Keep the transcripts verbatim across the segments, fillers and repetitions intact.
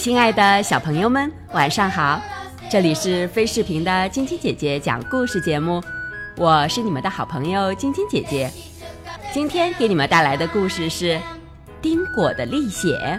亲爱的小朋友们，晚上好！这里是飞视频的晶晶姐姐讲故事节目，我是你们的好朋友晶晶姐姐。今天给你们带来的故事是丁果的历险。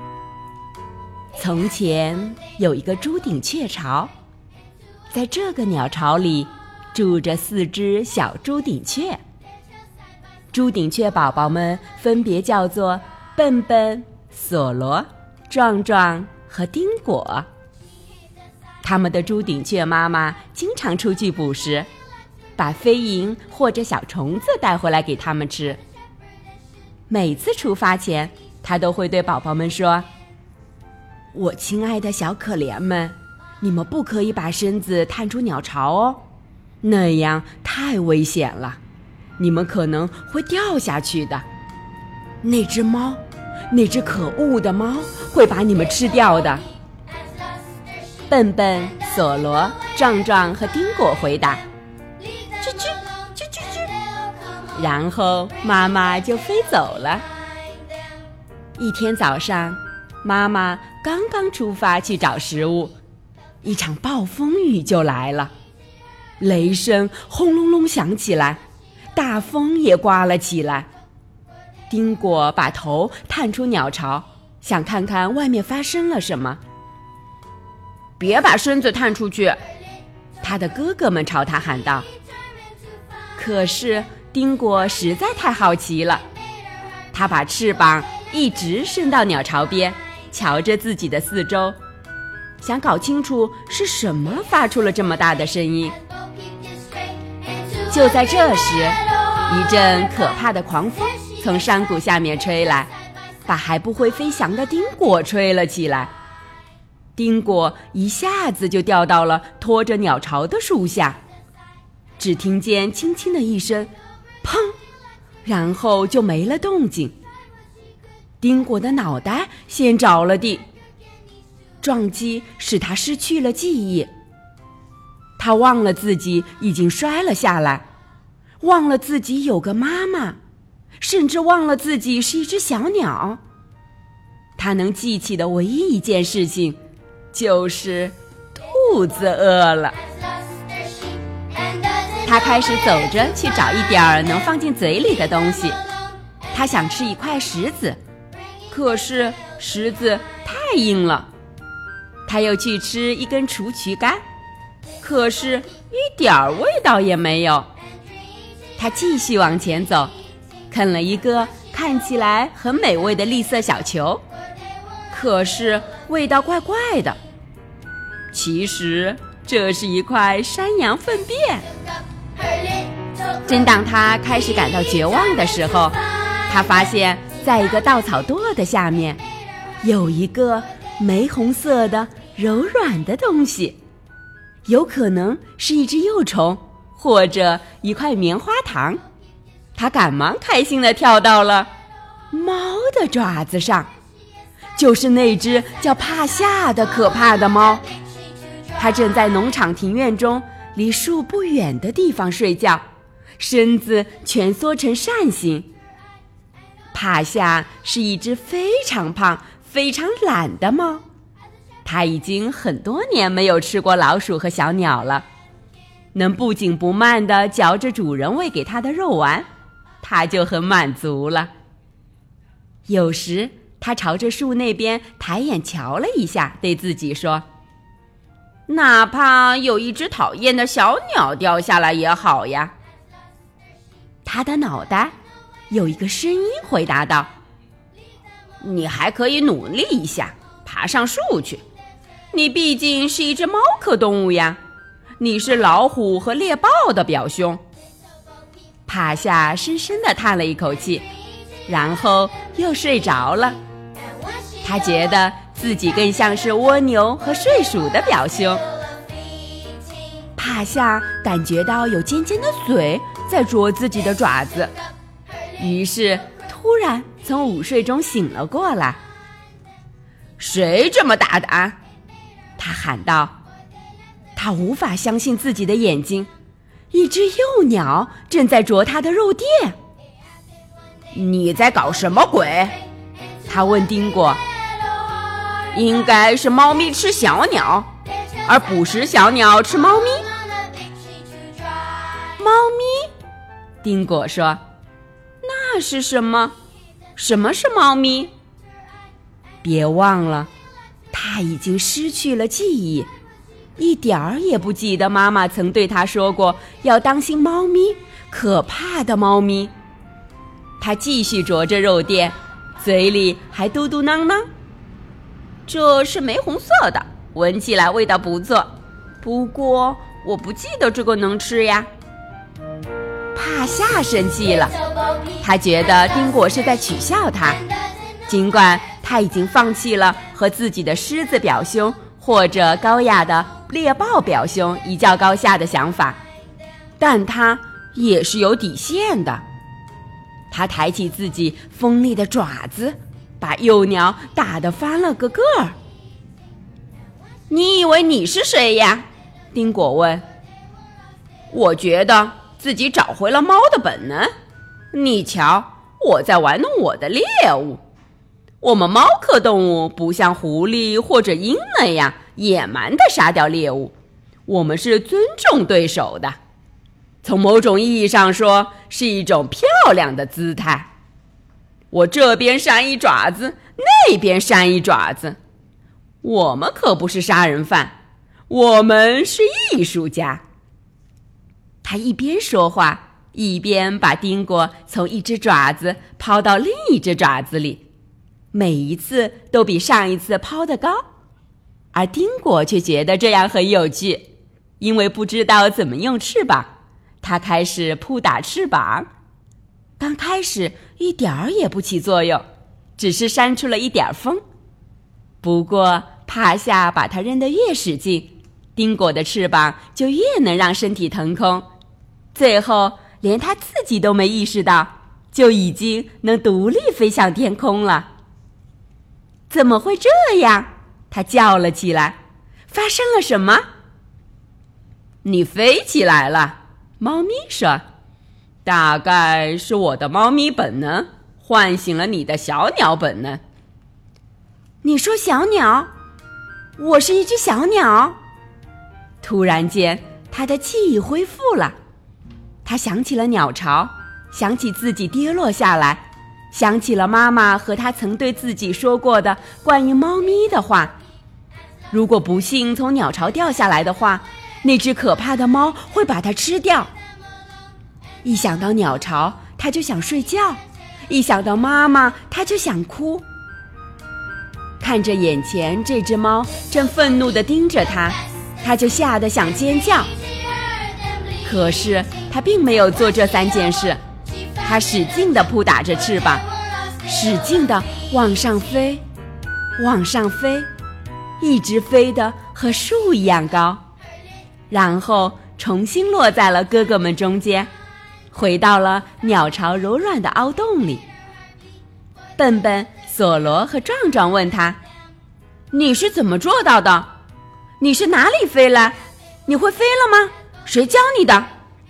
从前有一个朱顶雀巢，在这个鸟巢里住着四只小朱顶雀。朱顶雀宝宝们分别叫做笨笨、索罗、壮壮和丁果。他们的朱顶雀妈妈经常出去捕食，把飞蝇或者小虫子带回来给他们吃。每次出发前，她都会对宝宝们说：我亲爱的小可怜们，你们不可以把身子探出鸟巢哦，那样太危险了，你们可能会掉下去的。那只猫，那只可恶的猫会把你们吃掉的。笨笨、索罗、壮壮和丁果回答：吱吱吱吱吱。然后妈妈就飞走了。一天早上，妈妈刚刚出发去找食物，一场暴风雨就来了，雷声轰隆隆响起来，大风也刮了起来。丁果把头探出鸟巢，想看看外面发生了什么。别把身子探出去，他的哥哥们朝他喊道。可是丁果实在太好奇了，他把翅膀一直伸到鸟巢边，瞧着自己的四周，想搞清楚是什么发出了这么大的声音。就在这时，一阵可怕的狂风从山谷下面吹来，把还不会飞翔的丁果吹了起来。丁果一下子就掉到了拖着鸟巢的树下，只听见轻轻的一声砰，然后就没了动静。丁果的脑袋先着了地，撞击使他失去了记忆。他忘了自己已经摔了下来，忘了自己有个妈妈，甚至忘了自己是一只小鸟。他能记起的唯一一件事情就是肚子饿了。他开始走着去找一点能放进嘴里的东西。他想吃一块石子，可是石子太硬了。他又去吃一根雏菊干，可是一点味道也没有。他继续往前走，啃了一个看起来很美味的绿色小球，可是味道怪怪的。其实这是一块山羊粪便。正当他开始感到绝望的时候，他发现在一个稻草垛的下面有一个玫红色的柔软的东西，有可能是一只幼虫或者一块棉花糖。他赶忙开心地跳到了猫的爪子上，就是那只叫帕夏的可怕的猫。它正在农场庭院中离树不远的地方睡觉，身子蜷缩成扇形。帕夏是一只非常胖非常懒的猫，它已经很多年没有吃过老鼠和小鸟了，能不紧不慢地嚼着主人喂给它的肉丸，它就很满足了。有时它朝着树那边抬眼瞧了一下，对自己说，哪怕有一只讨厌的小鸟掉下来也好呀。他的脑袋有一个声音回答道，你还可以努力一下，爬上树去，你毕竟是一只猫科动物呀，你是老虎和猎豹的表兄。帕夏深深地叹了一口气，然后又睡着了。他觉得自己更像是蜗牛和睡鼠的表兄。帕夏感觉到有尖尖的嘴在啄自己的爪子，于是突然从午睡中醒了过来。谁这么大胆？他喊道。他无法相信自己的眼睛，一只幼鸟正在啄他的肉垫。你在搞什么鬼？他问丁果。 应该是猫咪吃小鸟，而不是小鸟吃猫咪。猫咪？丁果说，那是什么？什么是猫咪？别忘了，他已经失去了记忆，一点儿也不记得妈妈曾对他说过要当心猫咪，可怕的猫咪。他继续啄着肉垫，嘴里还嘟嘟囔囔，这是玫红色的，闻起来味道不错，不过我不记得这个能吃呀。帕夏生气了，他觉得丁果是在取笑他，尽管他已经放弃了和自己的狮子表兄或者高雅的猎豹表兄一较高下的想法，但他也是有底线的。他抬起自己锋利的爪子，把幼鸟打得翻了个个儿。你以为你是谁呀？丁果问。我觉得自己找回了猫的本能。你瞧，我在玩弄我的猎物。我们猫科动物不像狐狸或者鹰那样野蛮地杀掉猎物，我们是尊重对手的。从某种意义上说，是一种漂亮的姿态。我这边扇一爪子，那边扇一爪子。我们可不是杀人犯，我们是艺术家。他一边说话，一边把丁果从一只爪子抛到另一只爪子里，每一次都比上一次抛得高。而丁果却觉得这样很有趣，因为不知道怎么用翅膀，他开始扑打翅膀。刚开始一点儿也不起作用，只是扇出了一点风。不过帕夏把它扔得越使劲，丁果的翅膀就越能让身体腾空，最后连他自己都没意识到，就已经能独立飞向天空了。怎么会这样？他叫了起来，发生了什么？你飞起来了，猫咪说，大概是我的猫咪本能唤醒了你的小鸟本能。你说小鸟？我是一只小鸟？突然间，他的记忆恢复了。他想起了鸟巢，想起自己跌落下来，想起了妈妈和他曾对自己说过的关于猫咪的话。如果不幸从鸟巢掉下来的话，那只可怕的猫会把它吃掉。一想到鸟巢，他就想睡觉；一想到妈妈，他就想哭。看着眼前这只猫正愤怒地盯着他，他就吓得想尖叫。可是他并没有做这三件事，他使劲地扑打着翅膀，使劲地往上飞，往上飞，一直飞得和树一样高，然后重新落在了哥哥们中间，回到了鸟巢柔软的凹洞里。笨笨、索罗和壮壮问他，你是怎么做到的？你是哪里飞来？你会飞了吗？谁教你的？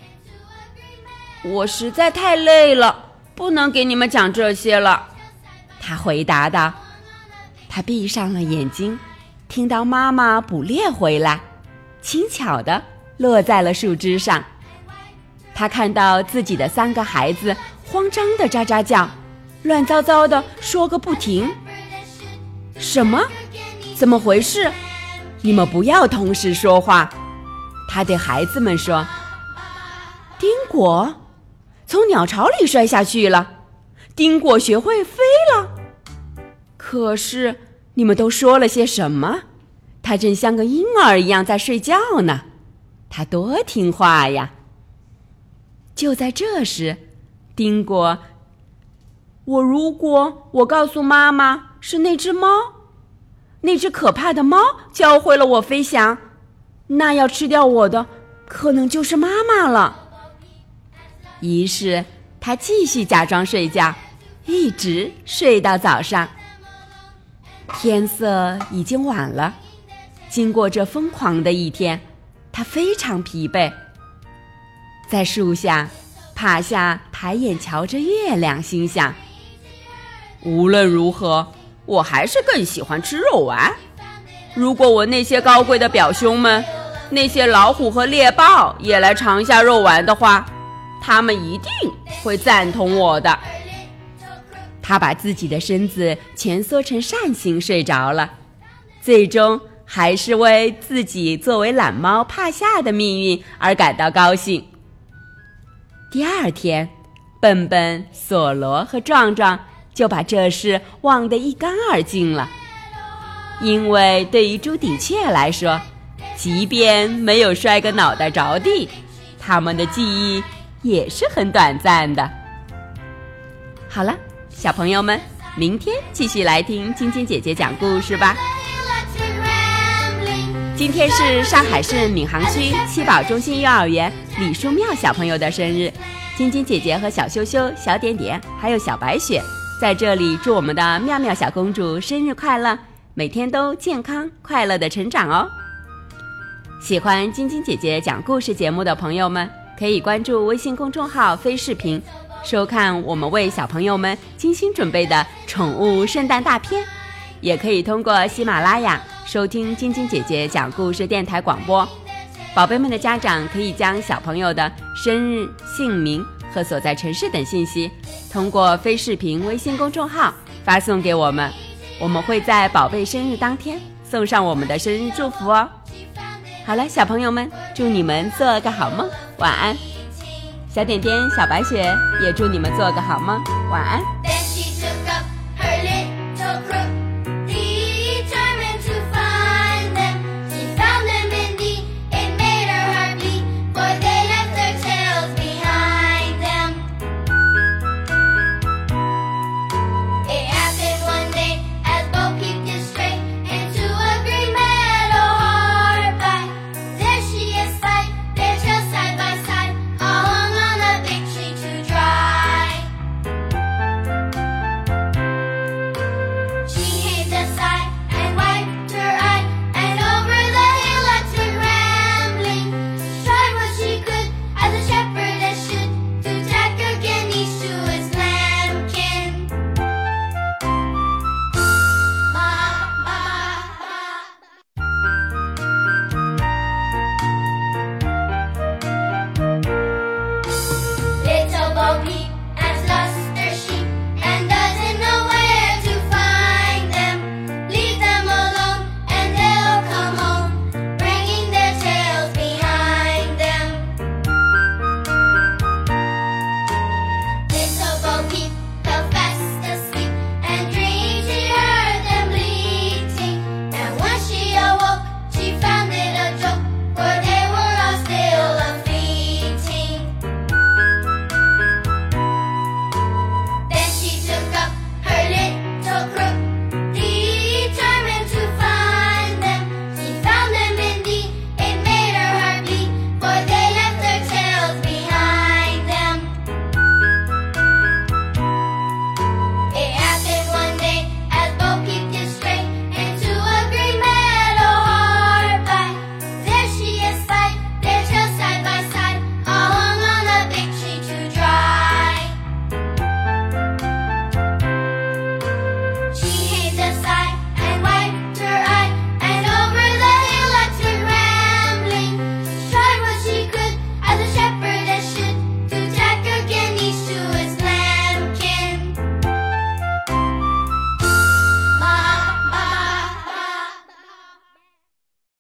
我实在太累了，不能给你们讲这些了，他回答道。他闭上了眼睛，听到妈妈捕猎回来，轻巧地落在了树枝上。他看到自己的三个孩子慌张地喳喳叫，乱糟糟地说个不停。什么？怎么回事？你们不要同时说话，他对孩子们说。丁果从鸟巢里摔下去了，丁果学会飞了。可是你们都说了些什么？他正像个婴儿一样在睡觉呢，他多听话呀。就在这时，丁果，我如果我告诉妈妈是那只猫，那只可怕的猫教会了我飞翔，那要吃掉我的可能就是妈妈了。于是他继续假装睡觉，一直睡到早上。天色已经晚了，经过这疯狂的一天，他非常疲惫。在树下，帕夏抬眼瞧着月亮，心想，无论如何， 我还是更喜欢吃肉丸。如果我那些高贵的表兄们，那些老虎和猎豹也来尝一下肉丸的话，他们一定会赞同我的。他把自己的身子蜷缩成扇形睡着了，最终还是为自己作为懒猫帕夏的命运而感到高兴。第二天，笨笨、索罗和壮壮就把这事忘得一干二净了，因为对于朱顶雀来说，即便没有摔个脑袋着地，他们的记忆也是很短暂的。好了，小朋友们，明天继续来听晶晶姐姐讲故事吧。今天是上海市闵行区七宝中心幼儿园李淑妙小朋友的生日，晶晶姐姐和小羞羞、小点点还有小白雪在这里祝我们的妙妙小公主生日快乐，每天都健康快乐的成长哦。喜欢晶晶姐姐讲故事节目的朋友们，可以关注微信公众号飞视频，收看我们为小朋友们精心准备的宠物圣诞大片，也可以通过喜马拉雅收听晶晶姐姐讲故事电台广播。宝贝们的家长可以将小朋友的生日、姓名和所在城市等信息通过飞视频微信公众号发送给我们，我们会在宝贝生日当天送上我们的生日祝福哦。好了，小朋友们，祝你们做个好梦，晚安。小点点、小白雪也祝你们做个好梦，晚安。